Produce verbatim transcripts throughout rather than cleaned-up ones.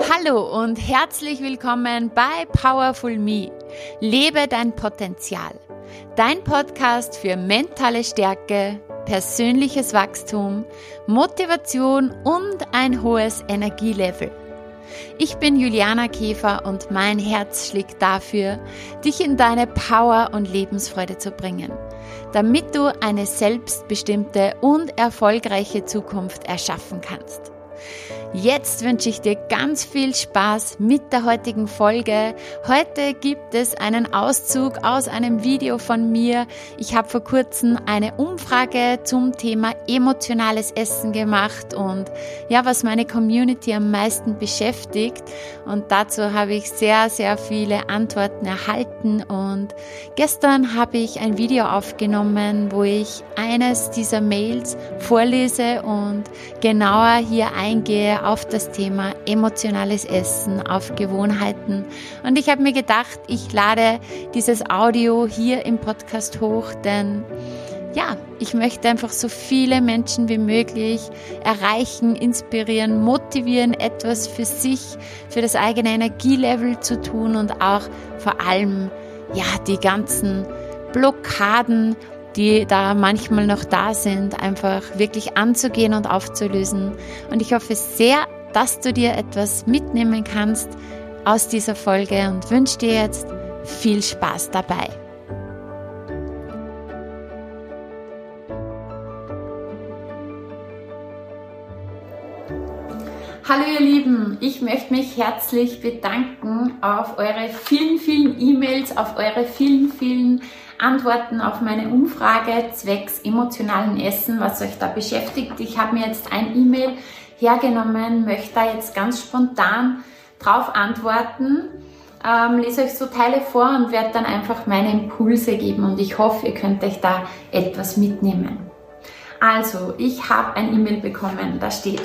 Hallo und herzlich willkommen bei Powerful Me. Lebe dein Potenzial. Dein Podcast für mentale Stärke, persönliches Wachstum, Motivation und ein hohes Energielevel. Ich bin Juliana Käfer und mein Herz schlägt dafür, dich in deine Power und Lebensfreude zu bringen, damit du eine selbstbestimmte und erfolgreiche Zukunft erschaffen kannst. Jetzt wünsche ich dir ganz viel Spaß mit der heutigen Folge. Heute gibt es einen Auszug aus einem Video von mir. Ich habe vor kurzem eine Umfrage zum Thema emotionales Essen gemacht und ja, was meine Community am meisten beschäftigt. Und dazu habe ich sehr, sehr viele Antworten erhalten. Und gestern habe ich ein Video aufgenommen, wo ich eines dieser Mails vorlese und genauer hier eingehe auf das Thema emotionales Essen, auf Gewohnheiten. Und ich habe mir gedacht, ich lade dieses Audio hier im Podcast hoch, denn ja, ich möchte einfach so viele Menschen wie möglich erreichen, inspirieren, motivieren, etwas für sich, für das eigene Energielevel zu tun und auch vor allem ja die ganzen Blockaden, die da manchmal noch da sind, einfach wirklich anzugehen und aufzulösen. Und ich hoffe sehr, dass du dir etwas mitnehmen kannst aus dieser Folge und wünsche dir jetzt viel Spaß dabei. Hallo ihr Lieben, ich möchte mich herzlich bedanken auf eure vielen, vielen E-Mails, auf eure vielen, vielen Antworten auf meine Umfrage zwecks emotionalen Essen, was euch da beschäftigt. Ich habe mir jetzt ein E-Mail hergenommen, möchte da jetzt ganz spontan drauf antworten, ähm, lese euch so Teile vor und werde dann einfach meine Impulse geben und ich hoffe, ihr könnt euch da etwas mitnehmen. Also, ich habe ein E-Mail bekommen, da steht: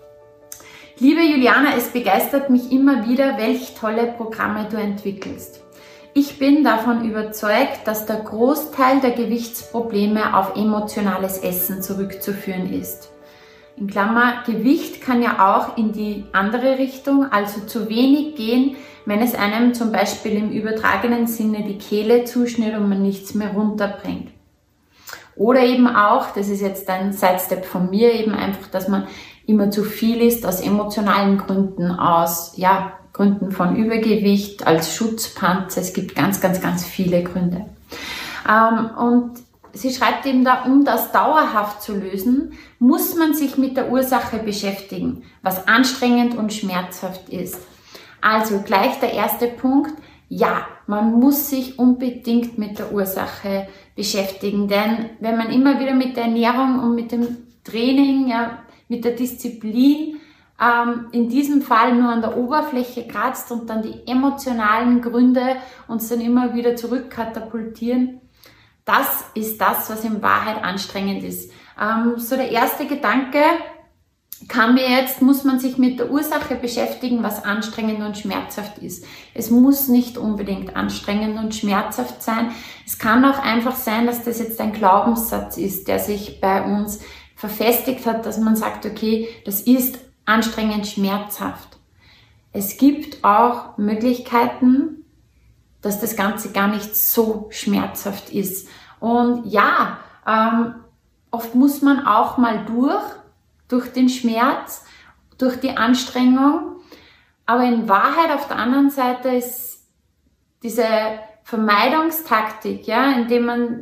Liebe Juliana, es begeistert mich immer wieder, welch tolle Programme du entwickelst. Ich bin davon überzeugt, dass der Großteil der Gewichtsprobleme auf emotionales Essen zurückzuführen ist. In Klammer, Gewicht kann ja auch in die andere Richtung, also zu wenig gehen, wenn es einem zum Beispiel im übertragenen Sinne die Kehle zuschnürt und man nichts mehr runterbringt. Oder eben auch, das ist jetzt ein Sidestep von mir, eben einfach, dass man immer zu viel isst aus emotionalen Gründen, aus ja, Gründen von Übergewicht, als Schutzpanzer. Es gibt ganz, ganz, ganz viele Gründe. Ähm, und sie schreibt eben da, um das dauerhaft zu lösen, muss man sich mit der Ursache beschäftigen, was anstrengend und schmerzhaft ist. Also gleich der erste Punkt. Ja, man muss sich unbedingt mit der Ursache beschäftigen, denn wenn man immer wieder mit der Ernährung und mit dem Training, ja, mit der Disziplin ähm, in diesem Fall nur an der Oberfläche kratzt und dann die emotionalen Gründe uns dann immer wieder zurückkatapultieren, das ist das, was in Wahrheit anstrengend ist. Ähm, so der erste Gedanke kam mir jetzt, muss man sich mit der Ursache beschäftigen, was anstrengend und schmerzhaft ist. Es muss nicht unbedingt anstrengend und schmerzhaft sein. Es kann auch einfach sein, dass das jetzt ein Glaubenssatz ist, der sich bei uns verfestigt hat, dass man sagt, okay, das ist anstrengend schmerzhaft. Es gibt auch Möglichkeiten, dass das Ganze gar nicht so schmerzhaft ist. Und ja, ähm, oft muss man auch mal durch, durch den Schmerz, durch die Anstrengung. Aber in Wahrheit auf der anderen Seite ist diese Vermeidungstaktik, ja, indem man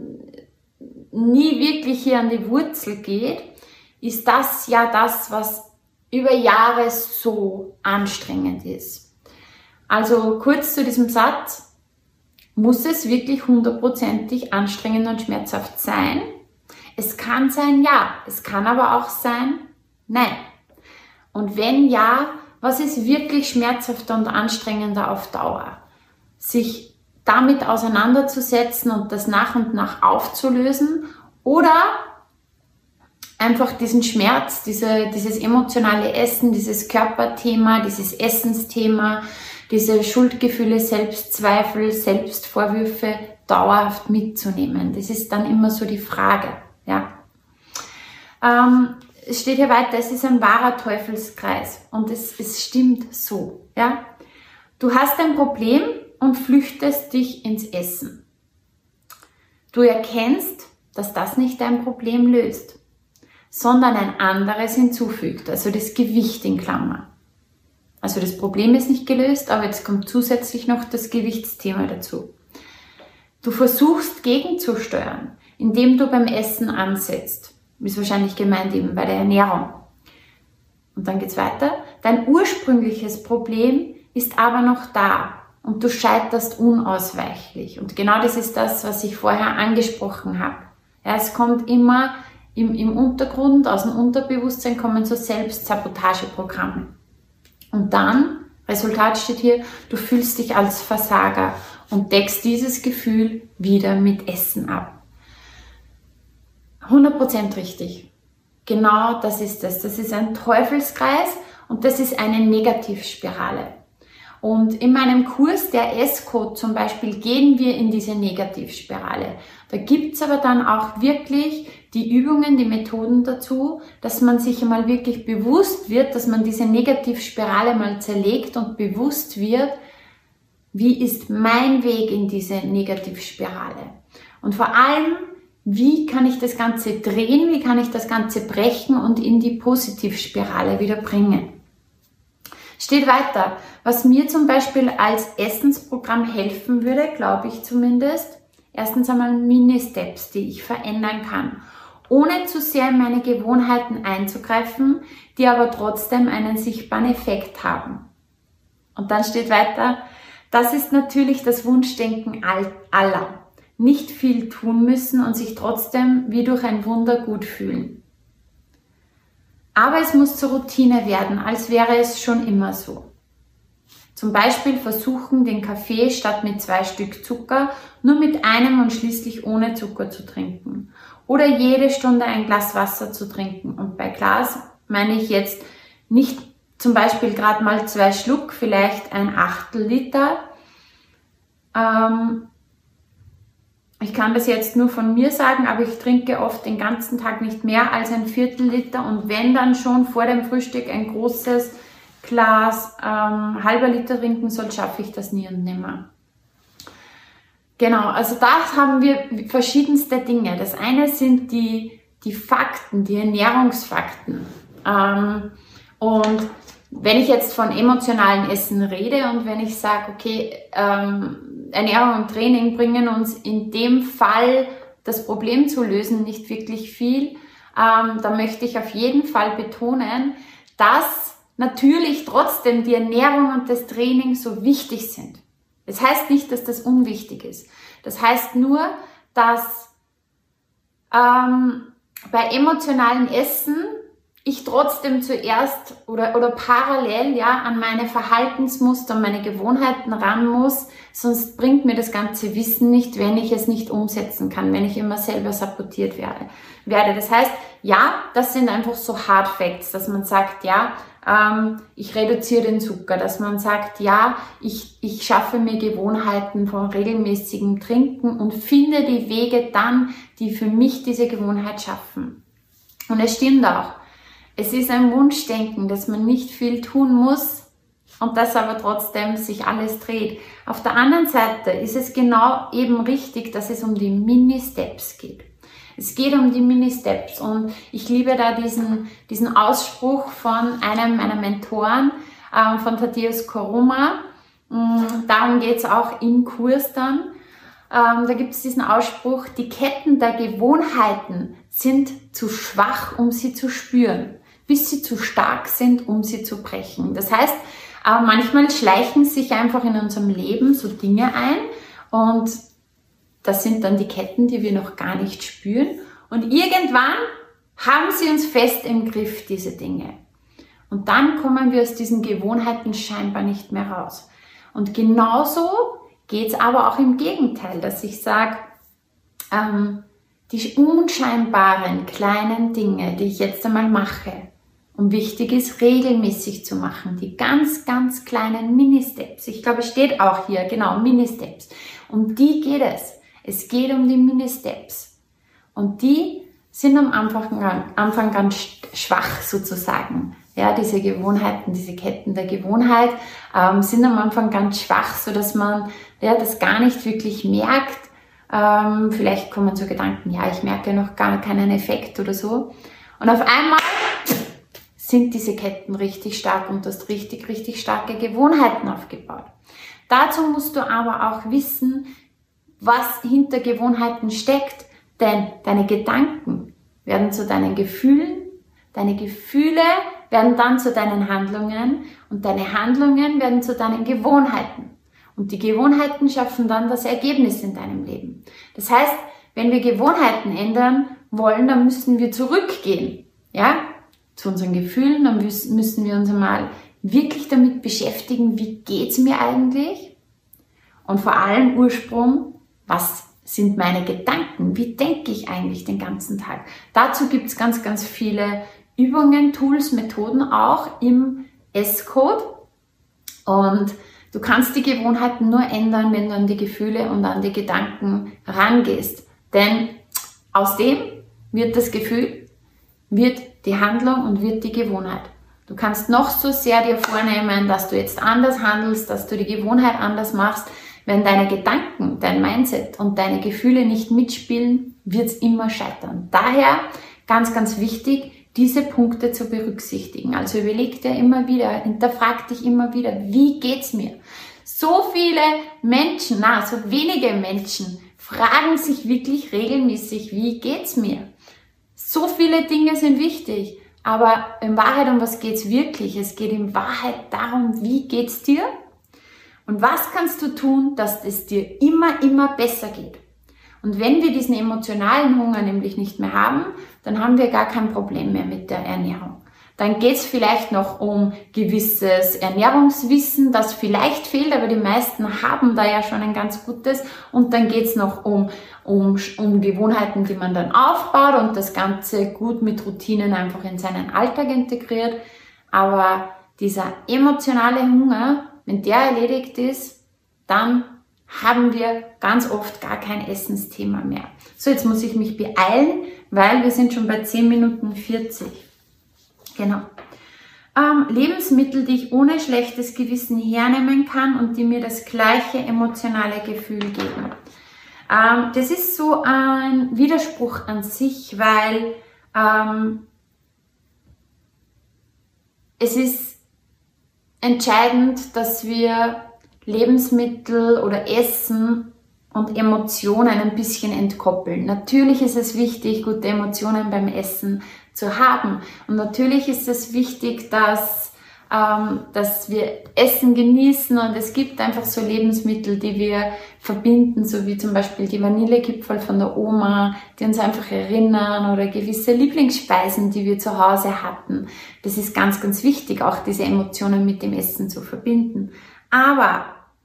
nie wirklich hier an die Wurzel geht, ist das ja das, was über Jahre so anstrengend ist. Also kurz zu diesem Satz: Muss es wirklich hundertprozentig anstrengend und schmerzhaft sein? Es kann sein, ja. Es kann aber auch sein, nein. Und wenn ja, was ist wirklich schmerzhafter und anstrengender auf Dauer? Sich damit auseinanderzusetzen und das nach und nach aufzulösen oder einfach diesen Schmerz, diese, dieses emotionale Essen, dieses Körperthema, dieses Essensthema, diese Schuldgefühle, Selbstzweifel, Selbstvorwürfe dauerhaft mitzunehmen. Das ist dann immer so die Frage. Ja. Ähm, es steht hier weiter, es ist ein wahrer Teufelskreis und es, es stimmt so. Ja? Du hast ein Problem und flüchtest dich ins Essen. Du erkennst, dass das nicht dein Problem löst, sondern ein anderes hinzufügt, also das Gewicht in Klammer. Also das Problem ist nicht gelöst, aber jetzt kommt zusätzlich noch das Gewichtsthema dazu. Du versuchst gegenzusteuern, indem du beim Essen ansetzt. Ist wahrscheinlich gemeint eben bei der Ernährung. Und dann geht's weiter. Dein ursprüngliches Problem ist aber noch da und du scheiterst unausweichlich. Und genau das ist das, was ich vorher angesprochen habe. Ja, es kommt immer im, im Untergrund, aus dem Unterbewusstsein kommen so Selbstsabotageprogramme. Und dann, Resultat steht hier, du fühlst dich als Versager und deckst dieses Gefühl wieder mit Essen ab. hundert Prozent richtig. Genau das ist es. Das ist ein Teufelskreis und das ist eine Negativspirale. Und in meinem Kurs, der S-Code zum Beispiel, gehen wir in diese Negativspirale. Da gibt's aber dann auch wirklich die Übungen, die Methoden dazu, dass man sich einmal wirklich bewusst wird, dass man diese Negativspirale mal zerlegt und bewusst wird, wie ist mein Weg in diese Negativspirale. Und vor allem, wie kann ich das Ganze drehen, wie kann ich das Ganze brechen und in die Positivspirale wieder bringen. Steht weiter, was mir zum Beispiel als Essensprogramm helfen würde, glaube ich zumindest, erstens einmal Mini-Steps, die ich verändern kann, ohne zu sehr in meine Gewohnheiten einzugreifen, die aber trotzdem einen sichtbaren Effekt haben. Und dann steht weiter, das ist natürlich das Wunschdenken aller. Nicht viel tun müssen und sich trotzdem wie durch ein Wunder gut fühlen. Aber es muss zur Routine werden, als wäre es schon immer so. Zum Beispiel versuchen, den Kaffee statt mit zwei Stück Zucker nur mit einem und schließlich ohne Zucker zu trinken. Oder jede Stunde ein Glas Wasser zu trinken. Und bei Glas meine ich jetzt nicht zum Beispiel gerade mal zwei Schluck, vielleicht ein Achtel Liter. Ähm, Ich kann das jetzt nur von mir sagen, aber ich trinke oft den ganzen Tag nicht mehr als ein Viertel Liter und wenn dann schon vor dem Frühstück ein großes Glas ähm, halber Liter trinken soll, schaffe ich das nie und nimmer. Genau, also da haben wir verschiedenste Dinge. Das eine sind die, die Fakten, die Ernährungsfakten. Ähm, und wenn ich jetzt von emotionalen Essen rede und wenn ich sage, okay, ähm, Ernährung und Training bringen uns in dem Fall das Problem zu lösen nicht wirklich viel, ähm, da möchte ich auf jeden Fall betonen, dass natürlich trotzdem die Ernährung und das Training so wichtig sind. Das heißt nicht, dass das unwichtig ist. Das heißt nur, dass ähm, bei emotionalen Essen ich trotzdem zuerst oder, oder parallel ja an meine Verhaltensmuster, meine Gewohnheiten ran muss, sonst bringt mir das ganze Wissen nicht, wenn ich es nicht umsetzen kann, wenn ich immer selber sabotiert werde. werde. Das heißt, ja, das sind einfach so Hard Facts, dass man sagt, ja, ähm, ich reduziere den Zucker, dass man sagt, ja, ich, ich schaffe mir Gewohnheiten von regelmäßigem Trinken und finde die Wege dann, die für mich diese Gewohnheit schaffen. Und es stimmt auch. Es ist ein Wunschdenken, dass man nicht viel tun muss und dass aber trotzdem sich alles dreht. Auf der anderen Seite ist es genau eben richtig, dass es um die Mini-Steps geht. Es geht um die Mini-Steps und ich liebe da diesen, diesen Ausspruch von einem meiner Mentoren, äh, von Tadeusz Koroma. Mm, darum geht es auch im Kurs dann. Ähm, da gibt es diesen Ausspruch, die Ketten der Gewohnheiten sind zu schwach, um sie zu spüren, bis sie zu stark sind, um sie zu brechen. Das heißt, äh, manchmal schleichen sich einfach in unserem Leben so Dinge ein und das sind dann die Ketten, die wir noch gar nicht spüren. Und irgendwann haben sie uns fest im Griff, diese Dinge. Und dann kommen wir aus diesen Gewohnheiten scheinbar nicht mehr raus. Und genauso geht es aber auch im Gegenteil, dass ich sage, ähm, die unscheinbaren kleinen Dinge, die ich jetzt einmal mache, und wichtig ist, regelmäßig zu machen, die ganz, ganz kleinen Mini-Steps. Ich glaube, es steht auch hier, genau, Mini-Steps. Um die geht es. Es geht um die Mini-Steps. Und die sind am Anfang, am Anfang ganz schwach sozusagen. Ja, diese Gewohnheiten, diese Ketten der Gewohnheit ähm, sind am Anfang ganz schwach, so dass man ja, das gar nicht wirklich merkt. Ähm, vielleicht kommen so Gedanken, ja, ich merke noch gar keinen Effekt oder so. Und auf einmal sind diese Ketten richtig stark und du hast richtig, richtig starke Gewohnheiten aufgebaut. Dazu musst du aber auch wissen, was hinter Gewohnheiten steckt, denn deine Gedanken werden zu deinen Gefühlen, deine Gefühle werden dann zu deinen Handlungen und deine Handlungen werden zu deinen Gewohnheiten. Und die Gewohnheiten schaffen dann das Ergebnis in deinem Leben. Das heißt, wenn wir Gewohnheiten ändern wollen, dann müssen wir zurückgehen, ja, zu unseren Gefühlen, dann müssen wir uns einmal wirklich damit beschäftigen, wie geht's mir eigentlich? Und vor allem Ursprung, was sind meine Gedanken? Wie denke ich eigentlich den ganzen Tag? Dazu gibt's ganz, ganz viele Übungen, Tools, Methoden auch im S-Code. Und du kannst die Gewohnheiten nur ändern, wenn du an die Gefühle und an die Gedanken rangehst. Denn aus dem wird das Gefühl, wird die Handlung und wird die Gewohnheit. Du kannst noch so sehr dir vornehmen, dass du jetzt anders handelst, dass du die Gewohnheit anders machst. Wenn deine Gedanken, dein Mindset und deine Gefühle nicht mitspielen, wird es immer scheitern. Daher ganz, ganz wichtig, diese Punkte zu berücksichtigen. Also überleg dir immer wieder, hinterfrag dich immer wieder, wie geht's mir? So viele Menschen, na, so wenige Menschen fragen sich wirklich regelmäßig, wie geht's mir? So viele Dinge sind wichtig, aber in Wahrheit, um was geht's wirklich? Es geht in Wahrheit darum, wie geht's dir? Und was kannst du tun, dass es dir immer, immer besser geht? Und wenn wir diesen emotionalen Hunger nämlich nicht mehr haben, dann haben wir gar kein Problem mehr mit der Ernährung. Dann geht es vielleicht noch um gewisses Ernährungswissen, das vielleicht fehlt, aber die meisten haben da ja schon ein ganz gutes. Und dann geht es noch um, um, um Gewohnheiten, die man dann aufbaut und das Ganze gut mit Routinen einfach in seinen Alltag integriert. Aber dieser emotionale Hunger, wenn der erledigt ist, dann haben wir ganz oft gar kein Essensthema mehr. So, jetzt muss ich mich beeilen, weil wir sind schon bei zehn Minuten vierzig. Genau. Ähm, Lebensmittel, die ich ohne schlechtes Gewissen hernehmen kann und die mir das gleiche emotionale Gefühl geben. Ähm, das ist so ein Widerspruch an sich, weil ähm, es ist entscheidend, dass wir Lebensmittel oder Essen und Emotionen ein bisschen entkoppeln. Natürlich ist es wichtig, gute Emotionen beim Essen zu haben. Und natürlich ist es wichtig, dass, ähm, dass wir Essen genießen und es gibt einfach so Lebensmittel, die wir verbinden, so wie zum Beispiel die Vanillekipferl von der Oma, die uns einfach erinnern oder gewisse Lieblingsspeisen, die wir zu Hause hatten. Das ist ganz, ganz wichtig, auch diese Emotionen mit dem Essen zu verbinden. Aber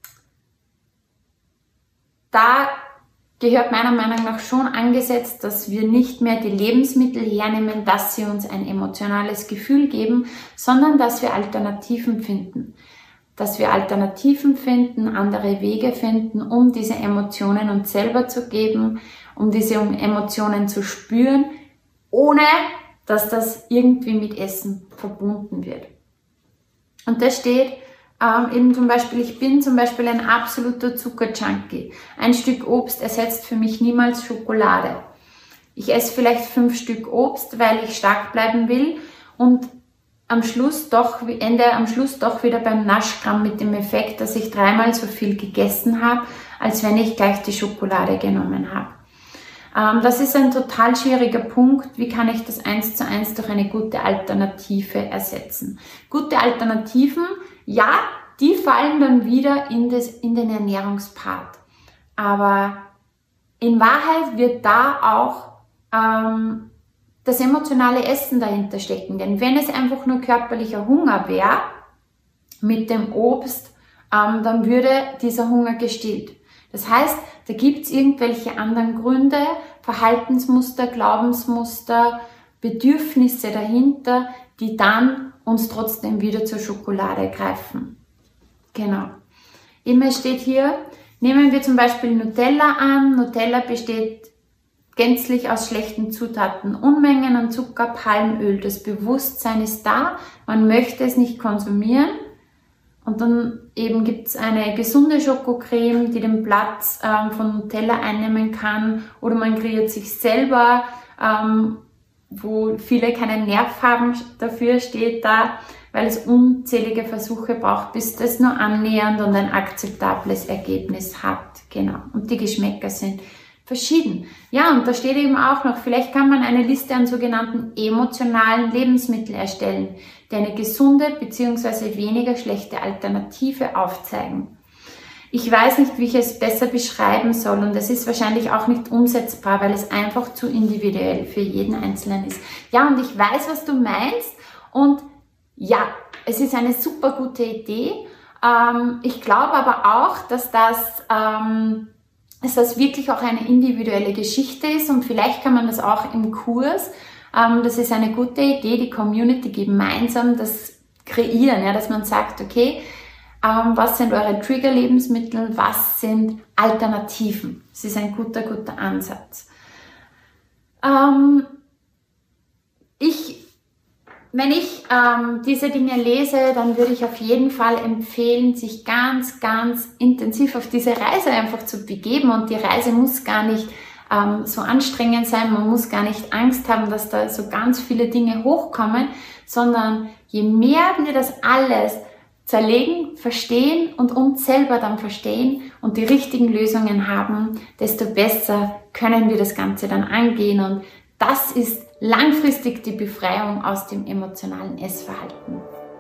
da gehört meiner Meinung nach schon angesetzt, dass wir nicht mehr die Lebensmittel hernehmen, dass sie uns ein emotionales Gefühl geben, sondern dass wir Alternativen finden. Dass wir Alternativen finden, andere Wege finden, um diese Emotionen uns selber zu geben, um diese Emotionen zu spüren, ohne dass das irgendwie mit Essen verbunden wird. Und da steht ähm, eben zum Beispiel, ich bin zum Beispiel ein absoluter Zuckerjunkie. Ein Stück Obst ersetzt für mich niemals Schokolade. Ich esse vielleicht fünf Stück Obst, weil ich stark bleiben will und am Schluss doch, Ende am Schluss doch wieder beim Naschgramm mit dem Effekt, dass ich dreimal so viel gegessen habe, als wenn ich gleich die Schokolade genommen habe. Ähm, das ist ein total schwieriger Punkt. Wie kann ich das eins zu eins durch eine gute Alternative ersetzen? Gute Alternativen, ja, die fallen dann wieder in, das, in den Ernährungspart. Aber in Wahrheit wird da auch ähm, das emotionale Essen dahinter stecken. Denn wenn es einfach nur körperlicher Hunger wäre mit dem Obst, ähm, dann würde dieser Hunger gestillt. Das heißt, da gibt es irgendwelche anderen Gründe, Verhaltensmuster, Glaubensmuster, Bedürfnisse dahinter, die dann uns trotzdem wieder zur Schokolade greifen. Genau. Immer steht hier, nehmen wir zum Beispiel Nutella an. Nutella besteht gänzlich aus schlechten Zutaten, Unmengen an Zucker, Palmöl. Das Bewusstsein ist da, man möchte es nicht konsumieren. Und dann eben gibt es eine gesunde Schokocreme, die den Platz ähm, von Nutella einnehmen kann. Oder man kreiert sich selber, ähm, wo viele keinen Nerv haben dafür, steht da, weil es unzählige Versuche braucht, bis das nur annähernd und ein akzeptables Ergebnis hat. Genau. Und die Geschmäcker sind verschieden. Ja, und da steht eben auch noch, vielleicht kann man eine Liste an sogenannten emotionalen Lebensmitteln erstellen, die eine gesunde bzw. weniger schlechte Alternative aufzeigen. Ich weiß nicht, wie ich es besser beschreiben soll und es ist wahrscheinlich auch nicht umsetzbar, weil es einfach zu individuell für jeden Einzelnen ist. Ja, und ich weiß, was du meinst und ja, es ist eine super gute Idee. Ähm, ich glaube aber auch, dass das, ähm, dass das wirklich auch eine individuelle Geschichte ist und vielleicht kann man das auch im Kurs. Ähm, das ist eine gute Idee, die Community gemeinsam das kreieren, ja, dass man sagt, okay, ähm, was sind eure Trigger-Lebensmittel, was sind Alternativen? Das ist ein guter, guter Ansatz. Ähm, ich Wenn ich ähm, diese Dinge lese, dann würde ich auf jeden Fall empfehlen, sich ganz, ganz intensiv auf diese Reise einfach zu begeben. Und die Reise muss gar nicht ähm, so anstrengend sein, man muss gar nicht Angst haben, dass da so ganz viele Dinge hochkommen, sondern je mehr wir das alles zerlegen, verstehen und uns selber dann verstehen und die richtigen Lösungen haben, desto besser können wir das Ganze dann angehen. Und das ist langfristig die Befreiung aus dem emotionalen Essverhalten.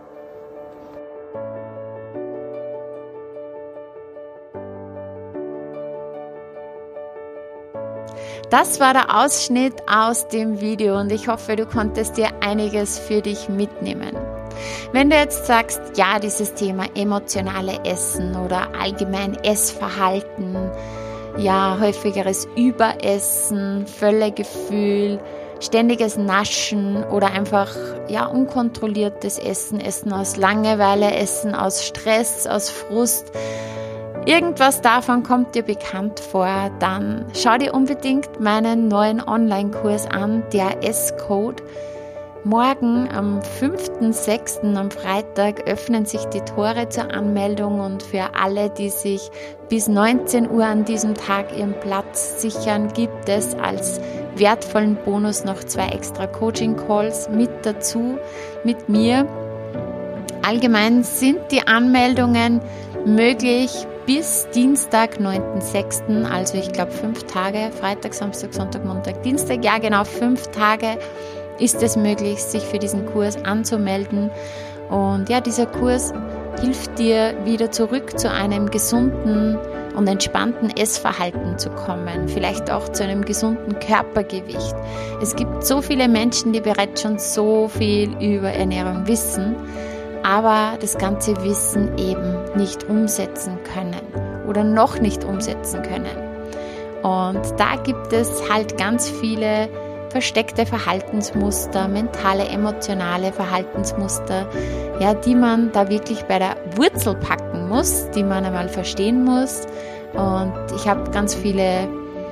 Das war der Ausschnitt aus dem Video und ich hoffe, du konntest dir einiges für dich mitnehmen. Wenn du jetzt sagst, ja, dieses Thema emotionale Essen oder allgemein Essverhalten, ja, häufigeres Überessen, Völlegefühl, ständiges Naschen oder einfach ja unkontrolliertes Essen, Essen aus Langeweile, Essen aus Stress, aus Frust, irgendwas davon kommt dir bekannt vor, dann schau dir unbedingt meinen neuen Online-Kurs an, der Esscode. Morgen am fünften sechsten am Freitag öffnen sich die Tore zur Anmeldung und für alle, die sich bis neunzehn Uhr an diesem Tag ihren Platz sichern, gibt es als wertvollen Bonus noch zwei extra Coaching-Calls mit dazu, mit mir. Allgemein sind die Anmeldungen möglich bis Dienstag, neunten sechsten, also ich glaube fünf Tage, Freitag, Samstag, Sonntag, Montag, Dienstag, ja genau, fünf Tage ist es möglich, sich für diesen Kurs anzumelden. Und ja, dieser Kurs hilft dir, wieder zurück zu einem gesunden und entspannten Essverhalten zu kommen, vielleicht auch zu einem gesunden Körpergewicht. Es gibt so viele Menschen, die bereits schon so viel über Ernährung wissen, aber das ganze Wissen eben nicht umsetzen können oder noch nicht umsetzen können. Und da gibt es halt ganz viele versteckte Verhaltensmuster, mentale, emotionale Verhaltensmuster, ja, die man da wirklich bei der Wurzel packen muss, die man einmal verstehen muss. Und ich habe ganz viele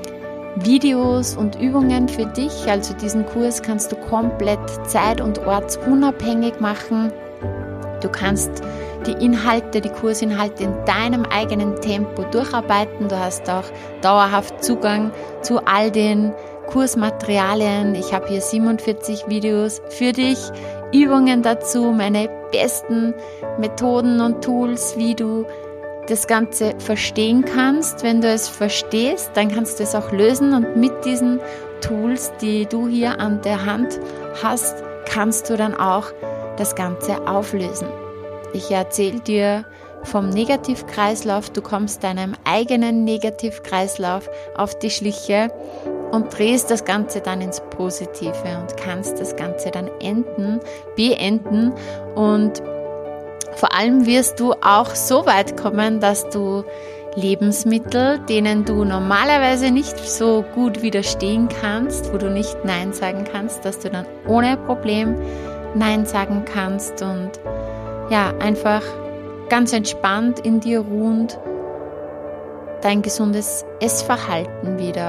Videos und Übungen für dich. Also diesen Kurs kannst du komplett zeit- und ortsunabhängig machen. Du kannst die Inhalte, die Kursinhalte in deinem eigenen Tempo durcharbeiten. Du hast auch dauerhaft Zugang zu all den Kursmaterialien. Ich habe hier siebenundvierzig Videos für dich, Übungen dazu, meine besten Methoden und Tools, wie du das Ganze verstehen kannst. Wenn du es verstehst, dann kannst du es auch lösen und mit diesen Tools, die du hier an der Hand hast, kannst du dann auch das Ganze auflösen. Ich erzähle dir vom Negativkreislauf, du kommst deinem eigenen Negativkreislauf auf die Schliche und drehst das Ganze dann ins Positive und kannst das Ganze dann enden, beenden und vor allem wirst du auch so weit kommen, dass du Lebensmittel, denen du normalerweise nicht so gut widerstehen kannst, wo du nicht Nein sagen kannst, dass du dann ohne Problem Nein sagen kannst und ja, einfach ganz entspannt in dir ruhend dein gesundes Essverhalten wieder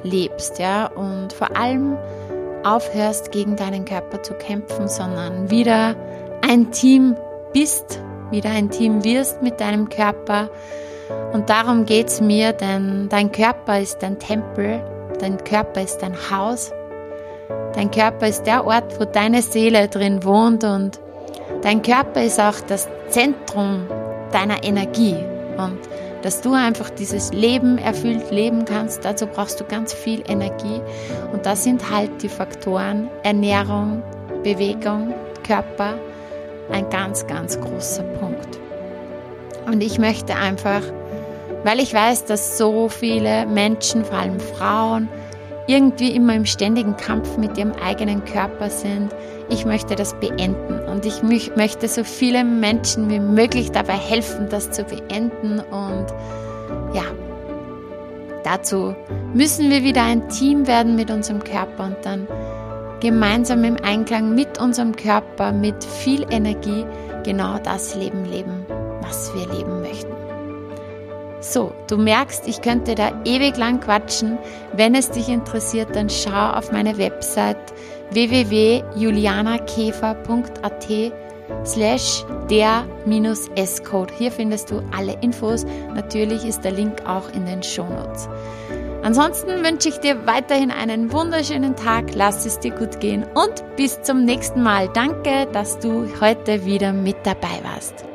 lebst, ja, und vor allem aufhörst, gegen deinen Körper zu kämpfen, sondern wieder ein Team bist, wieder ein Team wirst mit deinem Körper. Und darum geht's mir, denn dein Körper ist dein Tempel, dein Körper ist dein Haus, dein Körper ist der Ort, wo deine Seele drin wohnt, und dein Körper ist auch das Zentrum deiner Energie, und dass du einfach dieses Leben erfüllt leben kannst, dazu brauchst du ganz viel Energie, und das sind halt die Faktoren Ernährung, Bewegung, Körper, ein ganz, ganz großer Punkt. Und ich möchte einfach, weil ich weiß, dass so viele Menschen, vor allem Frauen, irgendwie immer im ständigen Kampf mit ihrem eigenen Körper sind, ich möchte das beenden, und ich möchte so viele Menschen wie möglich dabei helfen, das zu beenden. Und ja, dazu müssen wir wieder ein Team werden mit unserem Körper und dann gemeinsam im Einklang mit unserem Körper, mit viel Energie, genau das Leben leben, was wir leben möchten. So, du merkst, ich könnte da ewig lang quatschen. Wenn es dich interessiert, dann schau auf meine Website w w w punkt julianakäfer punkt a t slash der minus S-Code. Hier findest du alle Infos. Natürlich ist der Link auch in den Shownotes. Ansonsten wünsche ich dir weiterhin einen wunderschönen Tag. Lass es dir gut gehen und bis zum nächsten Mal. Danke, dass du heute wieder mit dabei warst.